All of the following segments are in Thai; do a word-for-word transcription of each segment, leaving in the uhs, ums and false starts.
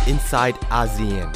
inside ASEAN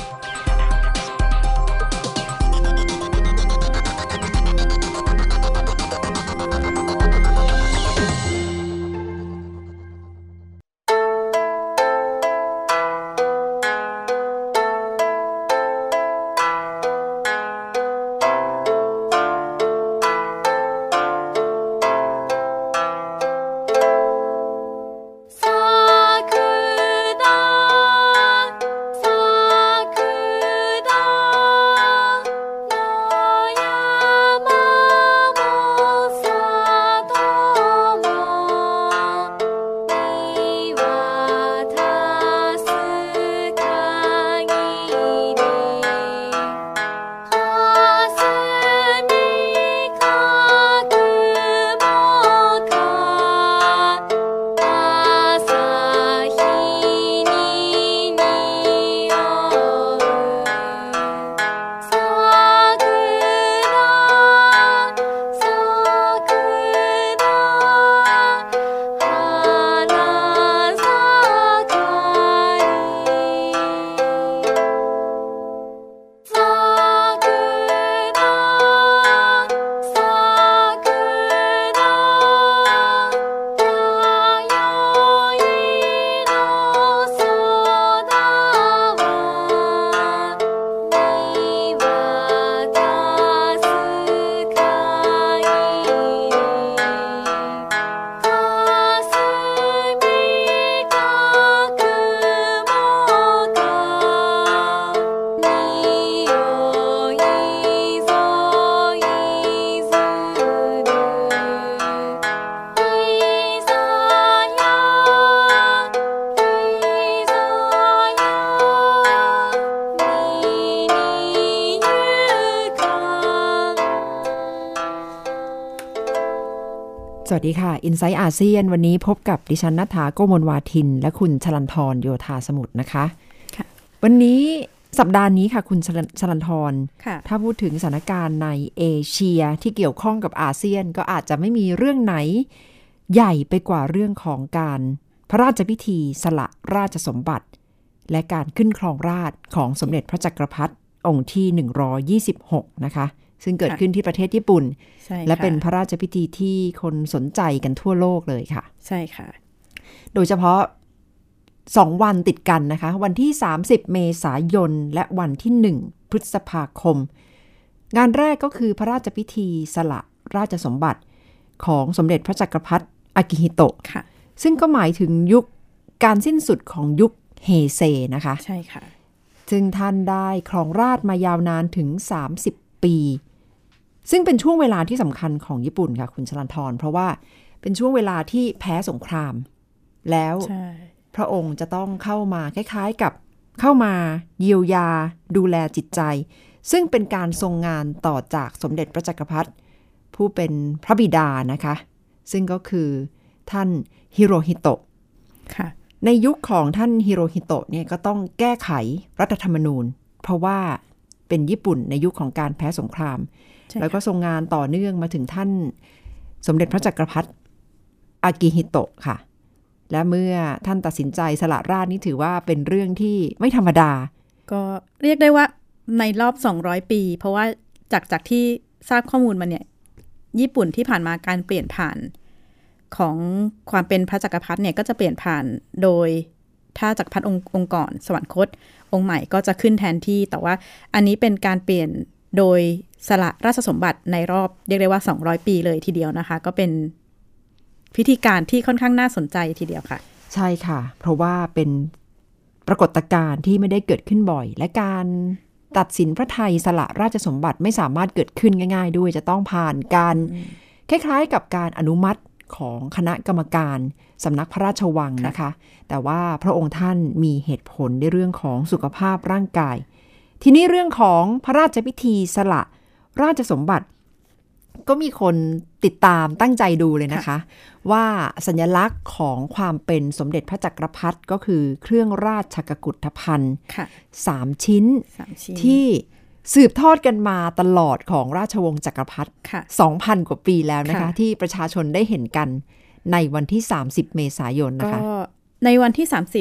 สวัสดีค่ะ Inside อาเซียนวันนี้พบกับดิฉันณฐา โกมลวาทินและคุณชลันธรโยธาสมุทรนะคะค่ะวันนี้สัปดาห์นี้ค่ะคุณชลันธรถ้าพูดถึงสถานการณ์ในเอเชียที่เกี่ยวข้องกับอาเซียนก็อาจจะไม่มีเรื่องไหนใหญ่ไปกว่าเรื่องของการพระราชพิธีสละราชสมบัติและการขึ้นครองราชย์ของสมเด็จพระจักรพรรดิองค์ที่หนึ่งร้อยยี่สิบหกนะคะซึ่งเกิดขึ้นที่ประเทศญี่ปุ่นและเป็นพระราชพิธีที่คนสนใจกันทั่วโลกเลยค่ะใช่ค่ะโดยเฉพาะสองวันติดกันนะคะวันที่สามสิบเมษายนและวันที่หนึ่งพฤษภาคมงานแรกก็คือพระราชพิธีสละราชสมบัติของสมเด็จพระจักรพรรดิอากิฮิโตะซึ่งก็หมายถึงยุคการสิ้นสุดของยุคเฮเซนะคะใช่ค่ะซึ่งท่านได้ครองราชย์มายาวนานถึงสามสิบปีซึ่งเป็นช่วงเวลาที่สำคัญของญี่ปุ่นค่ะคุณชลันธรเพราะว่าเป็นช่วงเวลาที่แพ้สงครามแล้วพระองค์จะต้องเข้ามาคล้ายๆกับเข้ามาเยียวยาดูแลจิตใจซึ่งเป็นการทรงงานต่อจากสมเด็จพระจักรพรรดิผู้เป็นพระบิดานะคะซึ่งก็คือท่านฮิโรฮิโตะในยุคของท่านฮิโรฮิโตะเนี่ยก็ต้องแก้ไขรัฐธรรมนูญเพราะว่าเป็นญี่ปุ่นในยุคของการแพ้สงครามแล้วก็ทรงงานต่อเนื่องมาถึงท่านสมเด็จพระจักรพรรดิอากิฮิโตะค่ะและเมื่อท่านตัดสินใจสละราชนี่ถือว่าเป็นเรื่องที่ไม่ธรรมดาก็เรียกได้ว่าในรอบสองร้อยปีเพราะว่าจากจากที่ทราบข้อมูลมาเนี่ยญี่ปุ่นที่ผ่านมาการเปลี่ยนผ่านของความเป็นพระจักรพรรดิเนี่ยก็จะเปลี่ยนผ่านโดยถ้าจักรพรรดิองค์องค์ก่อนสวรรคตองค์ใหม่ก็จะขึ้นแทนที่แต่ว่าอันนี้เป็นการเปลี่ยนโดยสละราชสมบัติในรอบเรียกได้ว่าสองร้อยปีเลยทีเดียวนะคะก็เป็นพิธีการที่ค่อนข้างน่าสนใจทีเดียวค่ะใช่ค่ะเพราะว่าเป็นปรากฏการณ์ที่ไม่ได้เกิดขึ้นบ่อยและการตัดสินพระทัยสละราชสมบัติไม่สามารถเกิดขึ้นง่ายๆด้วยจะต้องผ่านการคล้ายๆกับการอนุมัติของคณะกรรมการสำนักพระราชวังนะคะแต่ว่าพระองค์ท่านมีเหตุผลในเรื่องของสุขภาพร่างกายทีนี้เรื่องของพระราชพิธีสละราชสมบัติก็มีคนติดตามตั้งใจดูเลยนะคะว่าสัญลักษณ์ของความเป็นสมเด็จพระจักรพรรดิก็คือเครื่องราชกุฏภัณฑ์สามชิ้นที่สืบทอดกันมาตลอดของราชวงศ์จักรพรรดิ สองพัน กว่าปีแล้วนะคะที่ประชาชนได้เห็นกันในวันที่สามสิบเมษายนนะคะก็ในวันที่สามสิบ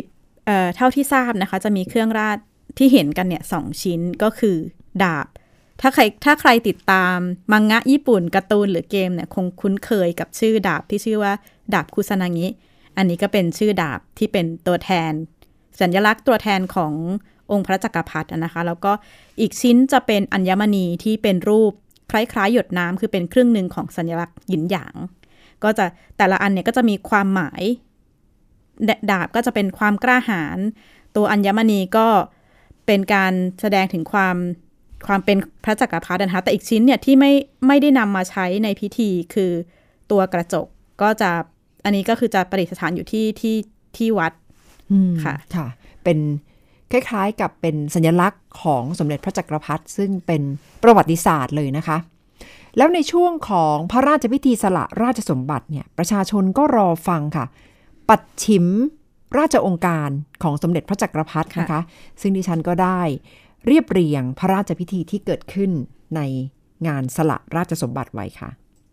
เอ่อเท่าที่ทราบนะคะจะมีเครื่องราชที่เห็นกันเนี่ยสองชิ้นก็คือดาบถ้าใครถ้าใครติดตามมังงะญี่ปุ่นการ์ตูนหรือเกมเนี่ยคงคุ้นเคยกับชื่อดาบที่ชื่อว่าดาบคุซานางิอันนี้ก็เป็นชื่อดาบที่เป็นตัวแทนสัญลักษณ์ตัวแทนขององค์พระจักรพรรดินะคะแล้วก็อีกชิ้นจะเป็นอัญมณีที่เป็นรูปคล้ายๆหยดน้ำคือเป็นครึ่งหนึ่งของสัญลักษณ์หยินหยางก็จะแต่ละอันเนี่ยก็จะมีความหมายดาบก็จะเป็นความกล้าหาญตัวอัญมณีก็เป็นการแสดงถึงความความเป็นพระจักรพรรดินะคะแต่อีกชิ้นเนี่ยที่ไม่ไม่ได้นำมาใช้ในพิธีคือตัวกระจกก็จะอันนี้ก็คือจะประดิษฐานอยู่ที่ที่ที่วัดค่ะค่ะเป็นคล้ายๆกับเป็นสัญลักษณ์ของสมเด็จพระจักรพรรดิซึ่งเป็นประวัติศาสตร์เลยนะคะแล้วในช่วงของพระราชพิธีสละราชสมบัติเนี่ยประชาชนก็รอฟังค่ะปัดฉิมราชองค์การของสมเด็จพระจักรพรรดินะคะซึ่งดิฉันก็ได้เรียบเรียงพระราชพิธีที่เกิดขึ้นในงานสละราชสมบัติไว้ค่ะ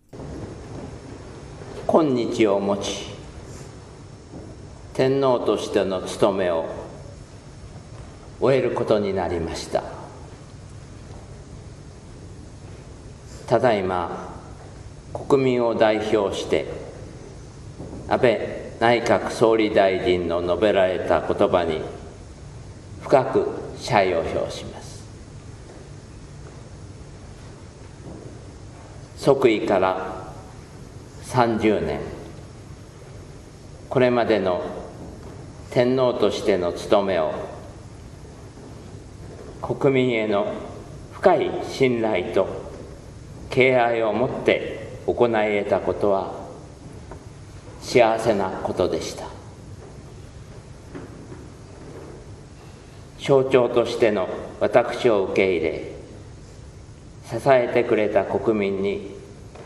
今日をもち天皇としての務めを終えることになりました。ただいま国民を代表して安倍内閣総理大臣の述べられた言葉に深く謝意を表します。即位からさんじゅうねん、これまでの天皇としての務めを国民への深い信頼と敬愛をもって行い得たことは幸せなことでした。象徴としての私を受け入れ、支えてくれた国民に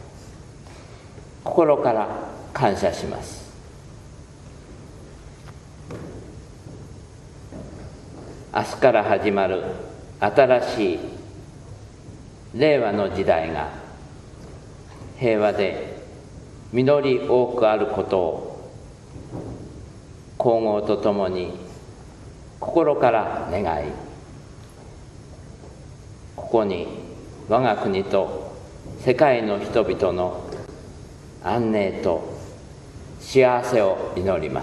心から感謝します。明日から始まる新しい令和の時代が平和で実り多くあることを皇后とともに心から願い、ここに我が国と世界の人々の安寧と幸せを祈ります。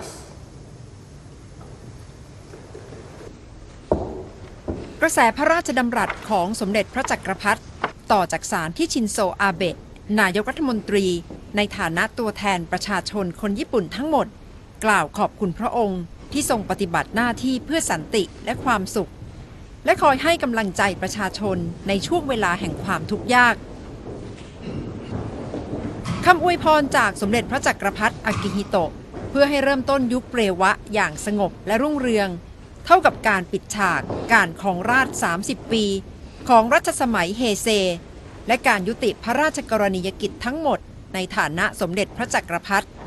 กระแสพระราชดำรัสของสมเด็จพระจักรพรรดิต่อจากสารที่ชินโซอาเบะนายกรัฐมนตรีในฐานะตัวแทนประชาชนคนญี่ปุ่นทั้งหมดกล่าวขอบคุณพระองค์ที่ทรงปฏิบัติหน้าที่เพื่อสันติและความสุขและคอยให้กำลังใจประชาชนในช่วงเวลาแห่งความทุกข์ยากคำอวยพรจากสมเด็จพระจักรพรรดิอากิฮิโตะเพื่อให้เริ่มต้นยุคเปรวะอย่างสงบและรุ่งเรืองเท่ากับการปิดฉากการครองราชย์สามสิบปีของรัชสมัยเฮเซและการยุติพระราชกรณียกิจทั้งหมดในฐานะสมเด็จพระจักรพรรดิ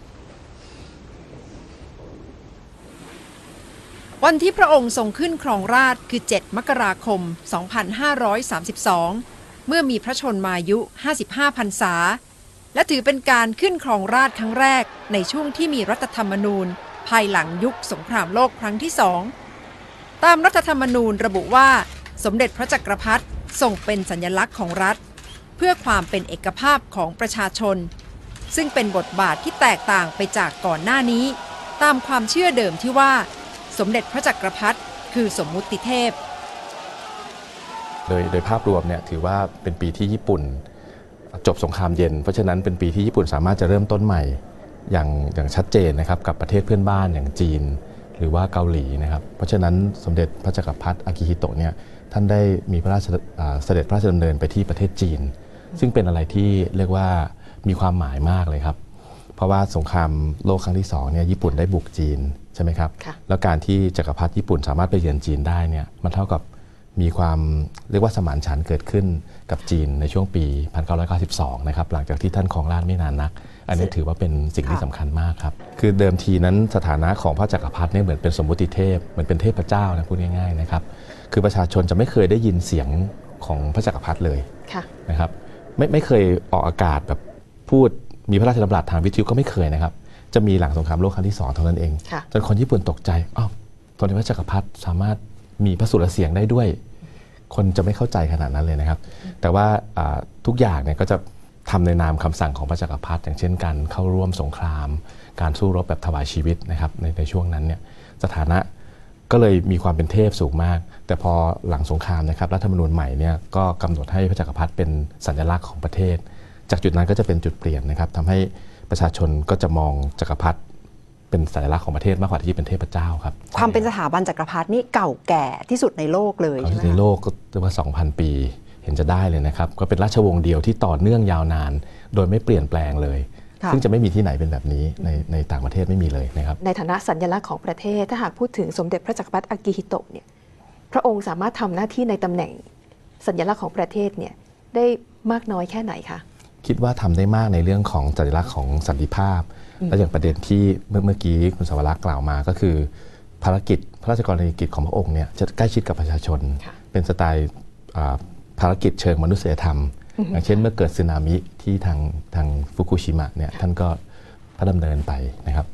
วันที่พระองค์ทรงขึ้นครองราชย์คือเจ็ดมกราคมสองพันห้าร้อยสามสิบสองเมื่อมีพระชนมายุห้าสิบห้าพรรษาและถือเป็นการขึ้นครองราชย์ครั้งแรกในช่วงที่มีรัฐธรรมนูญภายหลังยุคสงครามโลกครั้งที่สองตามรัฐธรรมนูญระบุว่าสมเด็จพระจักรพรรดิทรงเป็นสัญลักษณ์ของรัฐเพื่อความเป็นเอกภาพของประชาชนซึ่งเป็นบทบาทที่แตกต่างไปจากก่อนหน้านี้ตามความเชื่อเดิมที่ว่าสมเด็จพระจักรพรรดิคือสมมุติเทพโดยโดยภาพรวมเนี่ยถือว่าเป็นปีที่ญี่ปุ่นจบสงครามเย็นเพราะฉะนั้นเป็นปีที่ญี่ปุ่นสามารถจะเริ่มต้นใหม่อย่างอย่างชัดเจนนะครับกับประเทศเพื่อนบ้านอย่างจีนหรือว่าเกาหลีนะครับเพราะฉะนั้นสมเด็จพระจักรพรรดิอากิฮิโตะเนี่ยท่านได้มีพระราชเสด็จพระราชดำเนินไปที่ประเทศจีนซึ่งเป็นอะไรที่เรียกว่ามีความหมายมากเลยครับเพราะว่าสงครามโลกครั้งที่สองเนี่ยญี่ปุ่นได้บุกจีนใช่ไหมครับแล้วการที่จักรพรรดิญี่ปุ่นสามารถไปเยือนจีนได้เนี่ยมันเท่ากับมีความเรียกว่าสมานฉันท์เกิดขึ้นกับจีนในช่วงปีหนึ่งพันเก้าร้อยเก้าสิบสองนะครับหลังจากที่ท่านครองราชย์ไม่นานนักอันนี้ถือว่าเป็นสิ่งที่สำคัญมากครับคือเดิมทีนั้นสถานะของพระจักรพรรดิเนี่ยเหมือนเป็นสมมุติเทพเหมือนเป็นเทพเจ้านะพูดง่ายๆนะครับคือประชาชนจะไม่เคยได้ยินเสียงของพระจักรพรรดิเลยนะครับไม่ไม่เคยออกอากาศแบบพูดมีพระราชดำรัสทางวิทยุก็ไม่เคยนะครับจะมีหลังสงครามโลกครั้งที่สองเท่านั้นเองจนคนญี่ปุ่นตกใจอ้าวมเด็จพระจักรพรรดิสามารถมีพระสุรเสียงได้ด้วยคนจะไม่เข้าใจขนาดนั้นเลยนะครับแต่ว่าทุกอย่างเนี่ยก็จะทำในนามคำสั่งของพระจักรพรรดิอย่างเช่นการเข้าร่วมสงครามการสู้รบแบบถวายชีวิตนะครับในในช่วงนั้นเนี่ยสถานะก็เลยมีความเป็นเทพสูงมากแต่พอหลังสงครามนะครับรัฐธรรมนูญใหม่เนี่ยก็กำหนดให้พระจักรพรรดิเป็นสัญลักษณ์ของประเทศจากจุดนั้นก็จะเป็นจุดเปลี่ยนนะครับทำให้ประชาชนก็จะมองจักรพรรดิเป็นสัญลักษณ์ของประเทศมากกว่าที่เป็นเทพเจ้าครับความเป็นสถาบันจักรพรรดินี่เก่าแก่ที่สุดในโลกเลยใช่ไหมในโลกก็เรียกว่า สองพัน ปีเห็นจะได้เลยนะครับก็เป็นราชวงศ์เดียวที่ต่อเนื่องยาวนานโดยไม่เปลี่ยนแปลงเลยซึ่งจะไม่มีที่ไหนเป็นแบบนี้ในในต่างประเทศไม่มีเลยนะครับในฐานะสัญลักษณ์ของประเทศถ้าหากพูดถึงสมเด็จพระจักรพรรดิอากิฮิโตะเนี่ยพระองค์สามารถทำหน้าที่ในตำแหน่งสัญลักษณ์ของประเทศเนี่ยได้มากน้อยแค่ไหนคะคิดว่าทำได้มากในเรื่องของสัญลักษณ์ของสันติภาพและอย่างประเด็นที่เมื่อเมื่อกี้คุณสวรักษ์กล่าวมาก็คือภารกิจพระราชกรณียกิจของพระองค์เนี่ยจะใกล้ชิดกับประชาชนเป็นสไตล์ภารกิจเชิงมนุษยธรรมอย่างเช่นเมื่อเกิดสึนามิที่ทางทางฟุกุชิมะเนี่ยท่านก็พระดำเนินไปนะครับ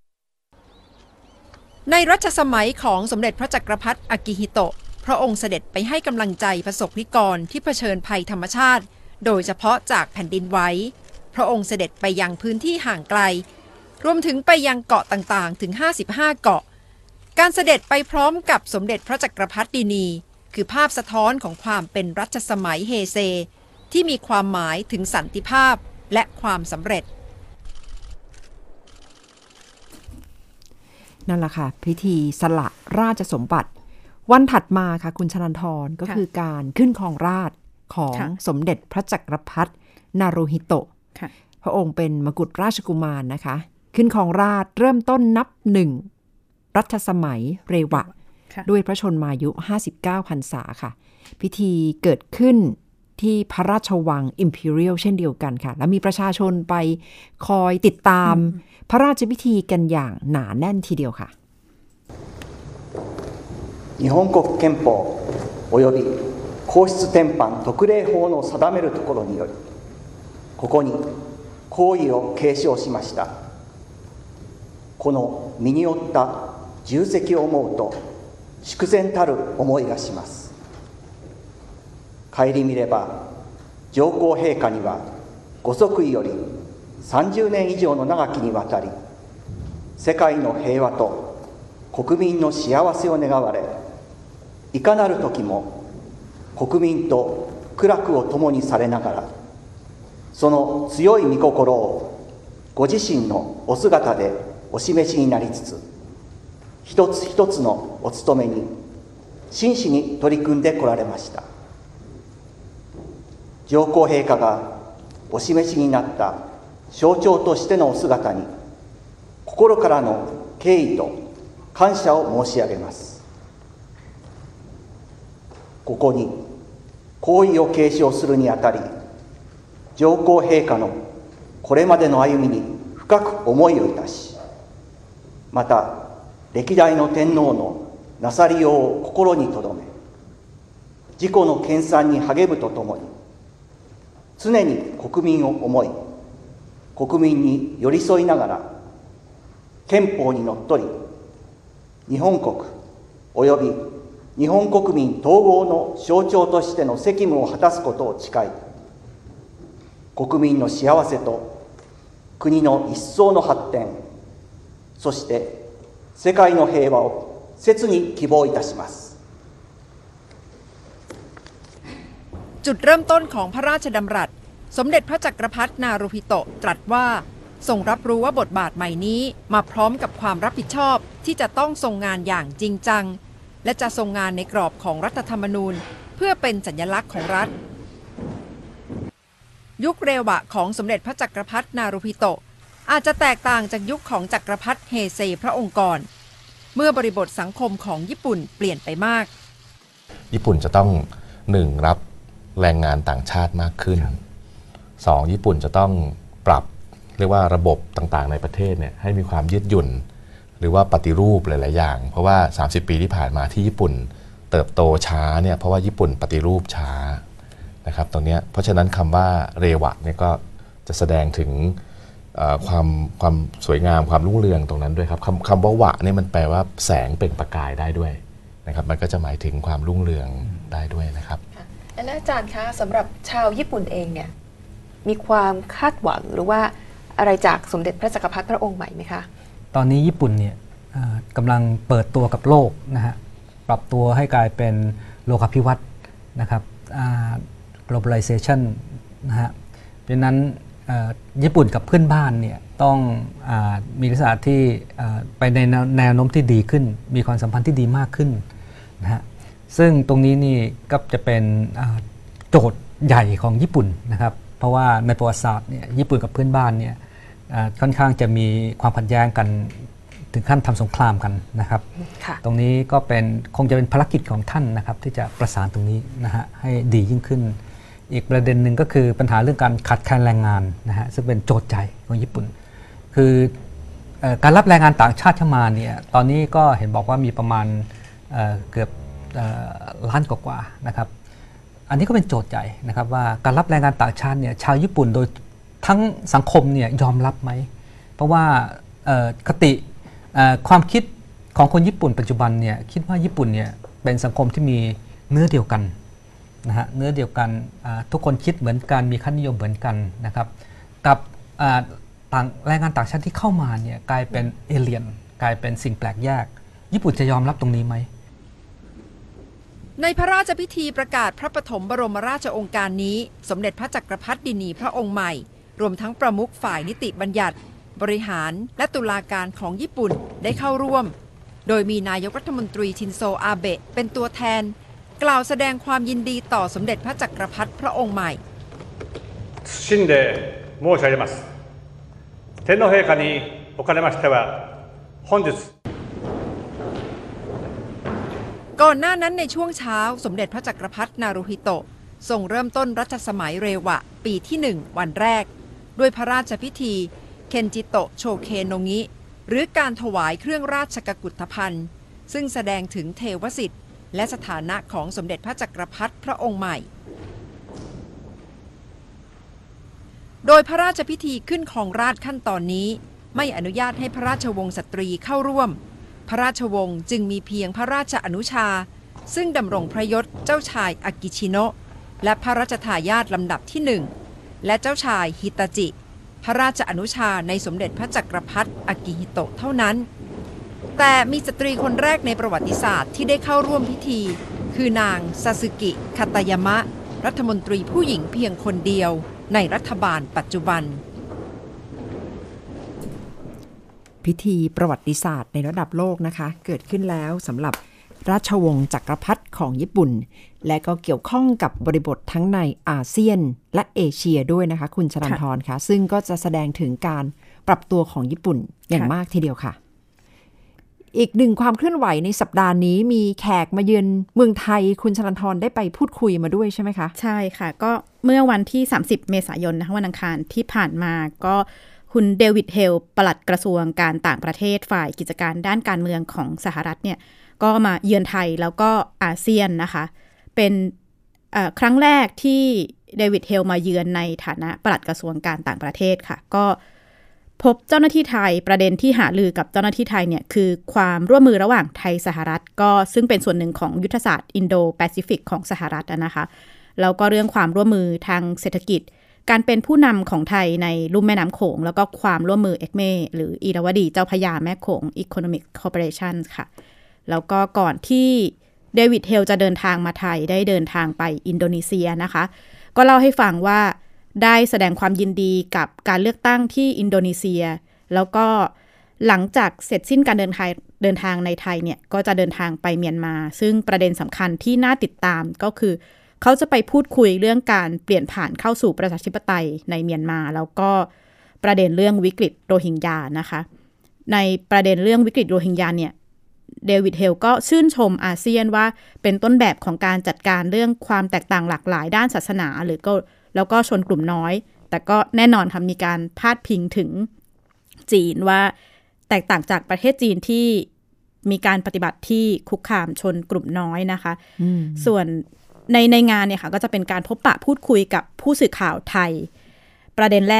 ในรัชสมัยของสมเด็จพระจักรพรรดิอากิฮิโตะพระองค์เสด็จไปให้กำลังใจประสบนิกรที่เผชิญภัยธรรมชาติโดยเฉพาะจากแผ่นดินไหวพระองค์เสด็จไปยังพื้นที่ห่างไกลรวมถึงไปยังเกาะต่างๆถึงห้าสิบห้าเกาะการเสด็จไปพร้อมกับสมเด็จพระจักรพรรดินีคือภาพสะท้อนของความเป็นรัชสมัยเฮเซที่มีความหมายถึงสันติภาพและความสำเร็จนั่นแหละค่ะพิธีสละราชสมบัติวันถัดมาค่ะคุณชลันทรก็คือการขึ้นครองราชย์ของสมเด็จพระจักรพรรดินารูฮิโตะพระองค์เป็นมกุฎราชกุมารนะคะขึ้นครองราชย์เริ่มต้นนับหนึ่งรัชสมัยเรวะด้วยพระชนมายุห้าสิบเก้าพรรษาค่ะพิธีเกิดขึ้นที่พระราชวัง Imperial เช่นเดียวกันค่ะและมีประชาชนไปคอยติดตามพระราชพิธีกันอย่างหนาแน่นทีเดียวค่ะ日本国憲法および皇室典範特例法の定めるところによりここに皇位を継承しましたこの身に負った重責を思うと祝然たる思いがします顧みれば上皇陛下にはご即位よりさんじゅうねん以上の長きにわたり世界の平和と国民の幸せを願われいかなる時も国民と苦楽を共にされながらその強い御心をご自身のお姿でお示しになりつつ一つ一つのお務めに真摯に取り組んでこられました上皇陛下がお示しになった象徴としてのお姿に心からの敬意と感謝を申し上げますここに皇位を継承するにあたり上皇陛下のこれまでの歩みに深く思いをいたしまた歴代の天皇のなさりようを心に留め自己の研鑽に励むとともに常に国民を思い国民に寄り添いながら憲法にのっとり日本国および日本国民統合の象徴としての責務を果たすことを誓い国民の幸せと国の一層の発展そして世界の平和を切に希望いたしますจุดเริ่มต้นของพระราชดำรัสสมเด็จพระจักรพรรดินารูฮิโตะตรัสว่าทรงรับรู้ว่าบทบาทใหม่นี้มาพร้อมกับความรับผิดชอบที่จะต้องทรงงานอย่างจริงจังและจะทรงงานในกรอบของรัฐธรรมนูญเพื่อเป็นสัญลักษณ์ของรัฐยุคเรวะของสมเด็จพระจักรพรรดินารูฮิโตะอาจจะแตกต่างจากยุคของจักรพรรดิเฮเซพระองค์ก่อนเมื่อบริบทสังคมของญี่ปุ่นเปลี่ยนไปมากญี่ปุ่นจะต้องหนึ่งรับแรงงานต่างชาติมากขึ้นสองญี่ปุ่นจะต้องปรับเรียกว่าระบบต่างๆในประเทศเนี่ยให้มีความยืดหยุ่นหรือว่าปฏิรูปหลายๆอย่างเพราะว่าสามสิบปีที่ผ่านมาที่ญี่ปุ่นเติบโตช้าเนี่ยเพราะว่าญี่ปุ่นปฏิรูปช้านะครับตรงนี้เพราะฉะนั้นคำว่าเรวะเนี่ยก็จะแสดงถึงความความสวยงามความรุ่งเรืองตรงนั้นด้วยครับคำคำว่าวะนี่มันแปลว่าแสงเปล่งประกายได้ด้วยนะครับมันก็จะหมายถึงความรุ่งเรืองได้ด้วยนะครับและอาจารย์คะสำหรับชาวญี่ปุ่นเองเนี่ยมีความคาดหวังหรือว่าอะไรจากสมเด็จพระจักรพรรดิพระองค์ใหม่ไหมคะตอนนี้ญี่ปุ่นเนี่ยกำลังเปิดตัวกับโลกนะฮะปรับตัวให้กลายเป็นโลกาภิวัตน์นะครับ globalization นะฮะเพราะนั้นญี่ปุ่นกับเพื่อนบ้านเนี่ยต้องอมีลักษณะที่ไปในแนวโน้มที่ดีขึ้นมีความสัมพันธ์ที่ดีมากขึ้นนะฮะซึ่งตรงนี้นี่ก็จะเป็นโจทย์ใหญ่ของญี่ปุ่นนะครับเพราะว่าในประวัติศาสตร์เนี่ยญี่ปุ่นกับเพื่อนบ้านเนี่ยค่อนข้างจะมีความขัดแย้งกันถึงขั้นทำสงครามกันนะครับตรงนี้ก็เป็นคงจะเป็นภารกิจของท่านนะครับที่จะประสานตรงนี้นะฮะให้ดียิ่งขึ้นอีกประเด็นหนึ่งก็คือปัญหาเรื่องการขาดแคลนแรงงานนะฮะซึ่งเป็นโจทย์ใหญ่ของญี่ปุ่นคือการรับแรงงานต่างชาติเข้ามาเนี่ยตอนนี้ก็เห็นบอกว่ามีประมาณ เ, เกือบล้านกว่าๆนะครับอันนี้ก็เป็นโจทย์ใหญ่นะครับว่าการรับแรงงานต่างชาติเนี่ยชาวญี่ปุ่นโดยทั้งสังคมเนี่ยยอมรับไหมเพราะว่าคติความคิดของคนญี่ปุ่นปัจจุบันเนี่ยคิดว่าญี่ปุ่นเนี่ยเป็นสังคมที่มีเนื้อเดียวกันนะฮะเนื้อเดียวกันทุกคนคิดเหมือนกันมีค่านิยมเหมือนกันนะครับกับต่างแรงงานต่างชาติที่เข้ามาเนี่ยกลายเป็นเอเลียนกลายเป็นสิ่งแปลกแยกญี่ปุ่นจะยอมรับตรงนี้ไหมในพระราชพิธีประกาศพระปฐมบรมราชโองการนี้สมเด็จพระจักรพรรดินีพระองค์ใหม่รวมทั้งประมุขฝ่ายนิติบัญญัติบริหารและตุลาการของญี่ปุ่นได้เข้าร่วมโดยมีนายกรัฐมนตรีชินโซอาเบะเป็นตัวแทนกล่าวแสดงความยินดีต่อสมเด็จพระจักรพรรดิพระองค์ใหม่謹んで申し上げます天皇陛下におかれましては本日ก่อนหน้านั้นในช่วงเช้าสมเด็จพระจักรพรรดินารุฮิโตะทรงเริ่มต้นรัชสมัยเรวะปีที่หนึ่งวันแรกด้วยพระราชพิธีเคนจิโตะโชเคโนงิหรือการถวายเครื่องราชกกุฏภัณฑ์ซึ่งแสดงถึงเทวสิทธิ์และสถานะของสมเด็จพระจักรพรรดิพระองค์ใหม่โดยพระราชพิธีขึ้นครองราชย์ขั้นตอนนี้ไม่อนุญาตให้พระราชวงศ์สตรีเข้าร่วมพระราชวงศ์จึงมีเพียงพระราชอนุชาซึ่งดำรงพระยศเจ้าชายอากิชิโนะและพระราชทายาทลำดับที่หนึ่งและเจ้าชายฮิตาจิพระราชอนุชาในสมเด็จพระจักรพรรดิอากิฮิโตะเท่านั้นแต่มีสตรีคนแรกในประวัติศาสตร์ที่ได้เข้าร่วมพิธีคือนางซาสึกิคาตายามะรัฐมนตรีผู้หญิงเพียงคนเดียวในรัฐบาลปัจจุบันพิธีประวัติศาสตร์ในระดับโลกนะคะเกิดขึ้นแล้วสำหรับราชวงศ์จักรพรรดิของญี่ปุ่นและก็เกี่ยวข้องกับบริบททั้งในอาเซียนและเอเชียด้วยนะคะคุณชลันทรค่ะซึ่งก็จะแสดงถึงการปรับตัวของญี่ปุ่นอย่างมากทีเดียวค่ะอีกหนึ่งความเคลื่อนไหวในสัปดาห์นี้มีแขกมาเยือนเมืองไทยคุณชลันทรได้ไปพูดคุยมาด้วยใช่ไหมคะใช่ค่ะก็เมื่อวันที่สามสิบเมษายนนะคะวันอังคารที่ผ่านมาก็คุณเดวิดเฮลปลัดกระทรวงการต่างประเทศฝ่ายกิจการด้านการเมืองของสหรัฐเนี่ยก็มาเยือนไทยแล้วก็อาเซียนนะคะเป็นครั้งแรกที่เดวิดเฮลมาเยือนในฐานะปลัดกระทรวงการต่างประเทศค่ะก็พบเจ้าหน้าที่ไทยประเด็นที่หารือกับเจ้าหน้าที่ไทยเนี่ยคือความร่วมมือระหว่างไทยสหรัฐก็ซึ่งเป็นส่วนหนึ่งของยุทธศาสตร์อินโดแปซิฟิกของสหรัฐนะคะแล้วก็เรื่องความร่วมมือทางเศรษฐกิจการเป็นผู้นำของไทยในลุ่มแม่น้ำโขงแล้วก็ความร่วมมือเอกเมหรืออิราวดีเจ้าพระยาแม่โขง Economic Cooperation ค่ะแล้วก็ก่อนที่เดวิดเฮลจะเดินทางมาไทยได้เดินทางไปอินโดนีเซียนะคะก็เล่าให้ฟังว่าได้แสดงความยินดีกับการเลือกตั้งที่อินโดนีเซียแล้วก็หลังจากเสร็จสิ้นการเดินทางเดินทางในไทยเนี่ยก็จะเดินทางไปเมียนมาซึ่งประเด็นสำคัญที่น่าติดตามก็คือเขาจะไปพูดคุยเรื่องการเปลี่ยนผ่านเข้าสู่ประชาธิปไตยในเมียนมาแล้วก็ประเด็นเรื่องวิกฤตโรฮิงญานะคะในประเด็นเรื่องวิกฤตโรฮิงญาเนี่ยเดวิดเฮลก็ชื่นชมอาเซียนว่าเป็นต้นแบบของการจัดการเรื่องความแตกต่างหลากหลายด้านศาสนาหรือก็แล้วก็ชนกลุ่มน้อยแต่ก็แน่นอนค่ะมีการพาดพิงถึงจีนว่าแตกต่างจากประเทศจีนที่มีการปฏิบัติที่คุกคามชนกลุ่มน้อยนะคะส่วนในในงานเนี่ยค่ะก็จะเป็นการพบปะพูดคุยกับผู้สื่อข่าวไทยประเด็นแรก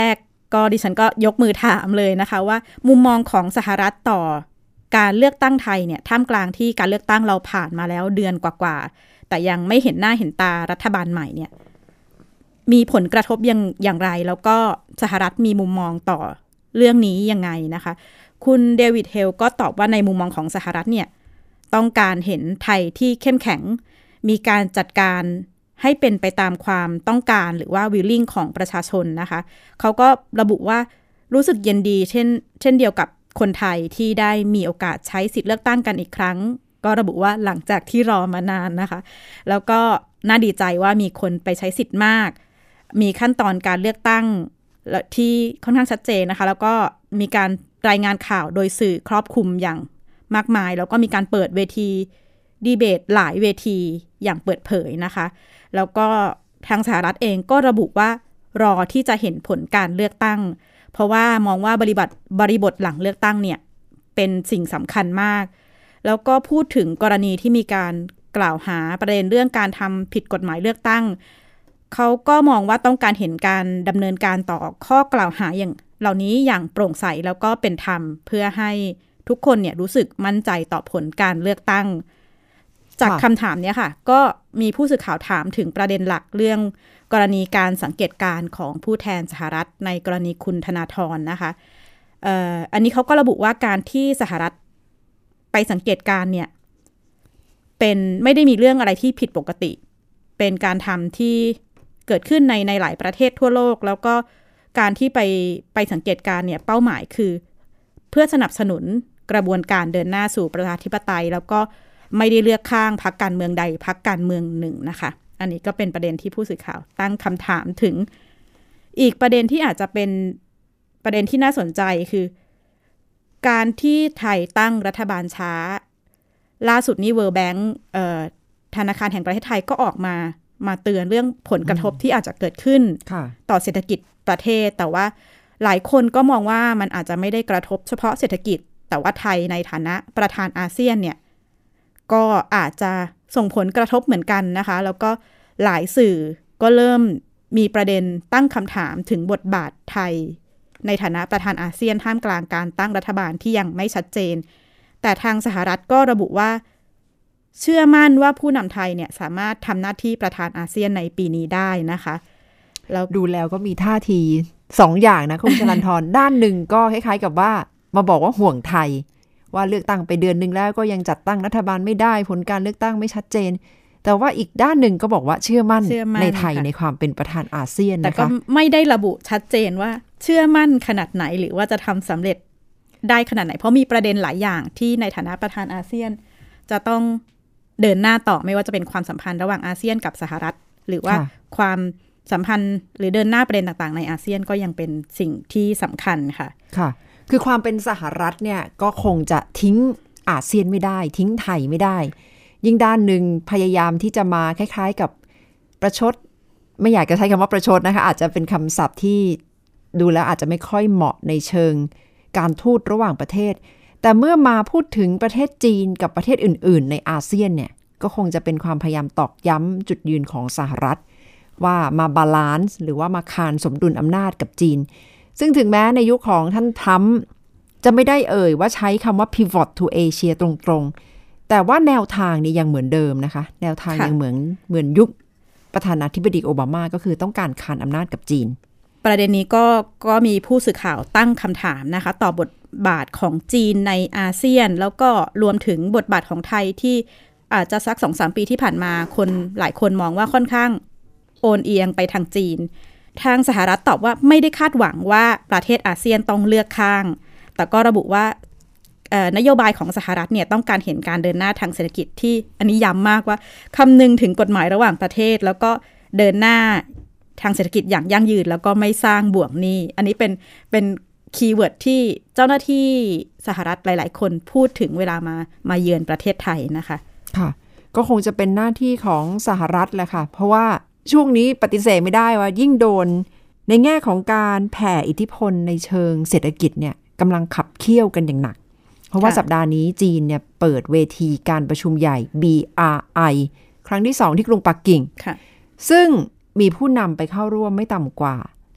ก็ดิฉันก็ยกมือถามเลยนะคะว่ามุมมองของสหรัฐต่อการเลือกตั้งไทยเนี่ยท่ามกลางที่การเลือกตั้งเราผ่านมาแล้วเดือนกว่าๆแต่ยังไม่เห็นหน้าเห็นตารัฐบาลใหม่เนี่ยมีผลกระทบอย่างอย่างไรแล้วก็สหรัฐมีมุมมองต่อเรื่องนี้ยังไงนะคะคุณเดวิดเฮลก็ตอบว่าในมุมมองของสหรัฐเนี่ยต้องการเห็นไทยที่เข้มแข็งมีการจัดการให้เป็นไปตามความต้องการหรือว่าวิลลิ่งของประชาชนนะคะเขาก็ระบุว่ารู้สึกยินดีเช่นเช่นเดียวกับคนไทยที่ได้มีโอกาสใช้สิทธิเลือกตั้งกันอีกครั้งก็ระบุว่าหลังจากที่รอมานานนะคะแล้วก็น่าดีใจว่ามีคนไปใช้สิทธิ์มากมีขั้นตอนการเลือกตั้งที่ค่อนข้างชัดเจนนะคะแล้วก็มีการรายงานข่าวโดยสื่อครอบคลุมอย่างมากมายแล้วก็มีการเปิดเวทีดีเบตหลายเวทีอย่างเปิดเผยนะคะแล้วก็ทางสหรัฐเองก็ระบุว่ารอที่จะเห็นผลการเลือกตั้งเพราะว่ามองว่าบริบทบริบทหลังเลือกตั้งเนี่ยเป็นสิ่งสำคัญมากแล้วก็พูดถึงกรณีที่มีการกล่าวหาประเด็นเรื่องการทำผิดกฎหมายเลือกตั้งเขาก็มองว่าต้องการเห็นการดำเนินการต่อข้อกล่าวหาอย่างเหล่านี้อย่างโปร่งใสแล้วก็เป็นธรรมเพื่อให้ทุกคนเนี่ยรู้สึกมั่นใจต่อผลการเลือกตั้งจากคำถามนี้ค่ะก็มีผู้สื่อข่าวถามถึงประเด็นหลักเรื่องกรณีการสังเกตการณ์ของผู้แทนสหรัฐในกรณีคุณธนาธรนะคะเอ่ออันนี้เขาก็ระบุว่าการที่สหรัฐไปสังเกตการณ์เนี่ยเป็นไม่ได้มีเรื่องอะไรที่ผิดปกติเป็นการทำที่เกิดขึ้นในในหลายประเทศทั่วโลกแล้วก็การที่ไปไปสังเกตการณ์เนี่ยเป้าหมายคือเพื่อสนับสนุนกระบวนการเดินหน้าสู่ประชาธิปไตยแล้วก็ไม่ได้เลือกข้างพรรคการเมืองใดพรรคการเมืองหนึ่งนะคะอันนี้ก็เป็นประเด็นที่ผู้สื่อข่าวตั้งคำถามถึงอีกประเด็นที่อาจจะเป็นประเด็นที่น่าสนใจคือการที่ไทยตั้งรัฐบาลช้าล่าสุดนี้ World Bank เอ่อธนาคารแห่งประเทศไทยก็ออกมามาเตือนเรื่องผลกระทบที่อาจจะเกิดขึ้นต่อเศรษฐกิจประเทศแต่ว่าหลายคนก็มองว่ามันอาจจะไม่ได้กระทบเฉพาะเศรษฐกิจแต่ว่าไทยในฐานะประธานอาเซียนเนี่ยก็อาจจะส่งผลกระทบเหมือนกันนะคะแล้วก็หลายสื่อก็เริ่มมีประเด็นตั้งคำถามถึงบทบาทไทยในฐานะประธานอาเซียนท่ามกลางการตั้งรัฐบาลที่ยังไม่ชัดเจนแต่ทางสหรัฐก็ระบุว่าเชื่อมั่นว่าผู้นำไทยเนี่ยสามารถทำหน้าที่ประธานอาเซียนในปีนี้ได้นะคะแล้วดูแล้วก็มีท่าทีสองอย่างนะคุณชลันทร ด้านหนึ่งก็คล้ายๆกับว่ามาบอกว่าห่วงไทยว่าเลือกตั้งไปเดือนนึงแล้วก็ยังจัดตั้งรัฐบาลไม่ได้ผลการเลือกตั้งไม่ชัดเจนแต่ว่าอีกด้านหนึ่งก็บอกว่าเชื่อมั่นในไทยในความเป็นประธานอาเซียนนะคะแต่ก็ไม่ได้ระบุชัดเจนว่าเชื่อมั่นขนาดไหนหรือว่าจะทำสำเร็จได้ขนาดไหนเพราะมีประเด็นหลายอย่างที่ในฐานะประธานอาเซียนจะต้องเดินหน้าต่อไม่ว่าจะเป็นความสัมพันธ์ระหว่างอาเซียนกับสหรัฐหรือว่าความสัมพันธ์หรือเดินหน้าประเด็นต่างๆในอาเซียนก็ยังเป็นสิ่งที่สำคัญค่ะค่ะคือความเป็นสหรัฐเนี่ยก็คงจะทิ้งอาเซียนไม่ได้ทิ้งไทยไม่ได้ยิ่งด้านหนึ่งพยายามที่จะมาคล้ายๆกับประชดไม่อยากจะใช้คำว่าประชดนะคะอาจจะเป็นคำศัพท์ที่ดูแล้วอาจจะไม่ค่อยเหมาะในเชิงการทูตระหว่างประเทศแต่เมื่อมาพูดถึงประเทศจีนกับประเทศอื่นๆในอาเซียนเนี่ยก็คงจะเป็นความพยายามตอกย้ำจุดยืนของสหรัฐว่ามาบาลานซ์หรือว่ามาคานสมดุลอำนาจกับจีนซึ่งถึงแม้ในยุคของท่านทรัมป์จะไม่ได้เอ่ยว่าใช้คำว่า pivot to Asia ตรงๆแต่ว่าแนวทางนี้ยังเหมือนเดิมนะคะแนวทางยังเหมือนเหมือนยุคประธานาธิบดีโอบามาก็คือต้องการคานอำนาจกับจีนประเด็นนี้ก็ก็มีผู้สื่อข่าวตั้งคำถามนะคะต่อบทบาทของจีนในอาเซียนแล้วก็รวมถึงบทบาทของไทยที่อาจจะสัก สองถึงสาม ปีที่ผ่านมาคนหลายคนมองว่าค่อนข้างโอนเอียงไปทางจีนทางสหรัฐตอบว่าไม่ได้คาดหวังว่าประเทศอาเซียนต้องเลือกข้างแต่ก็ระบุว่านโยบายของสหรัฐเนี่ยต้องการเห็นการเดินหน้าทางเศรษฐกิจที่อันนี้ย้ำมากว่าคำนึงถึงกฎหมายระหว่างประเทศแล้วก็เดินหน้าทางเศรษฐกิจอย่างยั่งยืนแล้วก็ไม่สร้างบ่วงหนี้อันนี้เป็นเป็นคีย์เวิร์ดที่เจ้าหน้าที่สหรัฐหลายๆคนพูดถึงเวลามามาเยือนประเทศไทยนะคะค่ะก็คงจะเป็นหน้าที่ของสหรัฐแหละค่ะเพราะว่าช่วงนี้ปฏิเสธไม่ได้ว่ายิ่งโดนในแง่ของการแผ่อิทธิพลในเชิงเศรษฐกิจเนี่ยกำลังขับเคี่ยวกันอย่างหนักเพราะว่าสัปดาห์นี้จีนเนี่ยเปิดเวทีการประชุมใหญ่ บี อาร์ ไอ ครั้งที่สองที่กรุงปักกิ่งซึ่งมีผู้นำไปเข้าร่วมไม่ต่ำกว่า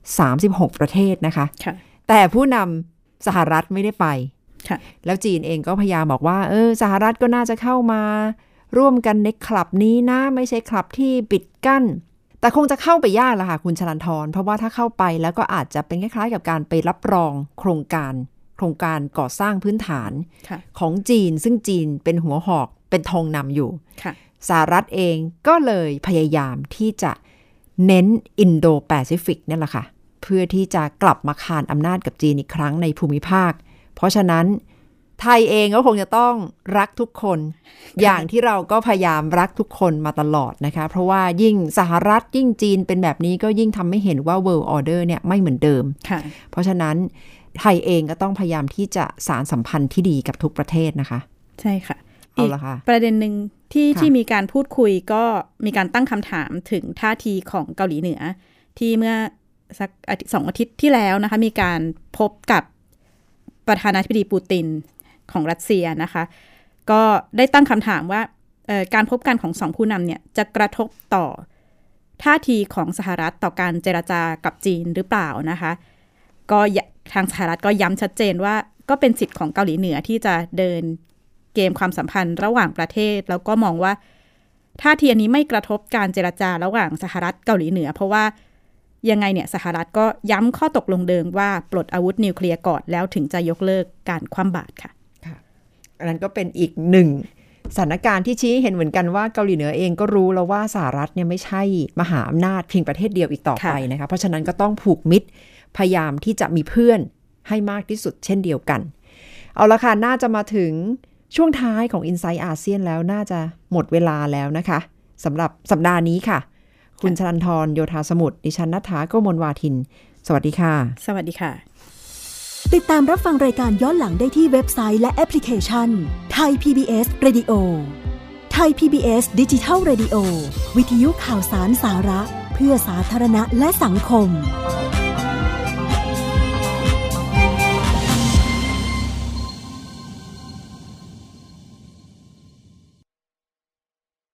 สามสิบหกประเทศนะคะค่ะแต่ผู้นำสหรัฐไม่ได้ไปค่ะแล้วจีนเองก็พยายามบอกว่าเออสหรัฐก็น่าจะเข้ามาร่วมกันในคลับนี้นะไม่ใช่คลับที่ปิดกั้นแต่คงจะเข้าไปยากละค่ะคุณชลันทรเพราะว่าถ้าเข้าไปแล้วก็อาจจะเป็นคล้ายๆกับการไปรับรองโครงการโครงการก่อสร้างพื้นฐานของจีนซึ่งจีนเป็นหัวหอกเป็นธงนำอยู่สหรัฐเองก็เลยพยายามที่จะเน้นอินโดแปซิฟิกนี่แหละค่ะเพื่อที่จะกลับมาคานอำนาจกับจีนอีกครั้งในภูมิภาคเพราะฉะนั้นไทยเองก็คงจะต้องรักทุกคนอย่างที่เราก็พยายามรักทุกคนมาตลอดนะคะเพราะว่ายิ่งสหรัฐยิ่งจีนเป็นแบบนี้ก็ยิ่งทำให้เห็นว่า World Order เนี่ยไม่เหมือนเดิมเพราะฉะนั้นไทยเองก็ต้องพยายามที่จะสานสัมพันธ์ที่ดีกับทุกประเทศนะคะใช่ค่ะเอาละค่ะประเด็นหนึ่งที่ที่มีการพูดคุยก็มีการตั้งคำถามถึงท่าทีของเกาหลีเหนือที่เมื่อสักสองอาทิตย์ที่แล้วนะคะมีการพบกับประธานาธิบดีปูตินของรัสเซียนะคะก็ได้ตั้งคำถามว่าการพบกันของสองผู้นำเนี่ยจะกระทบต่อท่าทีของสหรัฐต่อการเจรจากับจีนหรือเปล่านะคะก็ทางสหรัฐก็ย้ำชัดเจนว่าก็เป็นสิทธิ์ของเกาหลีเหนือที่จะเดินเกมความสัมพันธ์ระหว่างประเทศแล้วก็มองว่าท่าทีอันนี้ไม่กระทบการเจรจาระหว่างสหรัฐเกาหลีเหนือเพราะว่ายังไงเนี่ยสหรัฐก็ย้ำข้อตกลงเดิมว่าปลดอาวุธนิวเคลียร์ก่อนแล้วถึงจะยกเลิกการคว่ำบาตรค่ะค่ะอันนั้นก็เป็นอีกหนึ่งสถานการณ์ที่ชี้เห็นเหมือนกันว่าเกาหลีเหนือเองก็รู้แล้วว่าสหรัฐเนี่ยไม่ใช่มหาอำนาจเพียงประเทศเดียวอีกต่อไปนะคะเพราะฉะนั้นก็ต้องผูกมิตรพยายามที่จะมีเพื่อนให้มากที่สุดเช่นเดียวกันเอาละค่ะน่าจะมาถึงช่วงท้ายของ Inside อาเซียนแล้วน่าจะหมดเวลาแล้วนะคะสำหรับสัปดาห์นี้ค่ะคุณชลันทรโยธาสมุทรดิฉันณัฐฐา โกมลวาทินสวัสดีค่ะสวัสดีค่ะติดตามรับฟังรายการย้อนหลังได้ที่เว็บไซต์และแอปพลิเคชัน Thai พี บี เอส Radio Thai พี บี เอส Digital Radio วิทยุข่าวสารสาระเพื่อสาธารณะและสังคม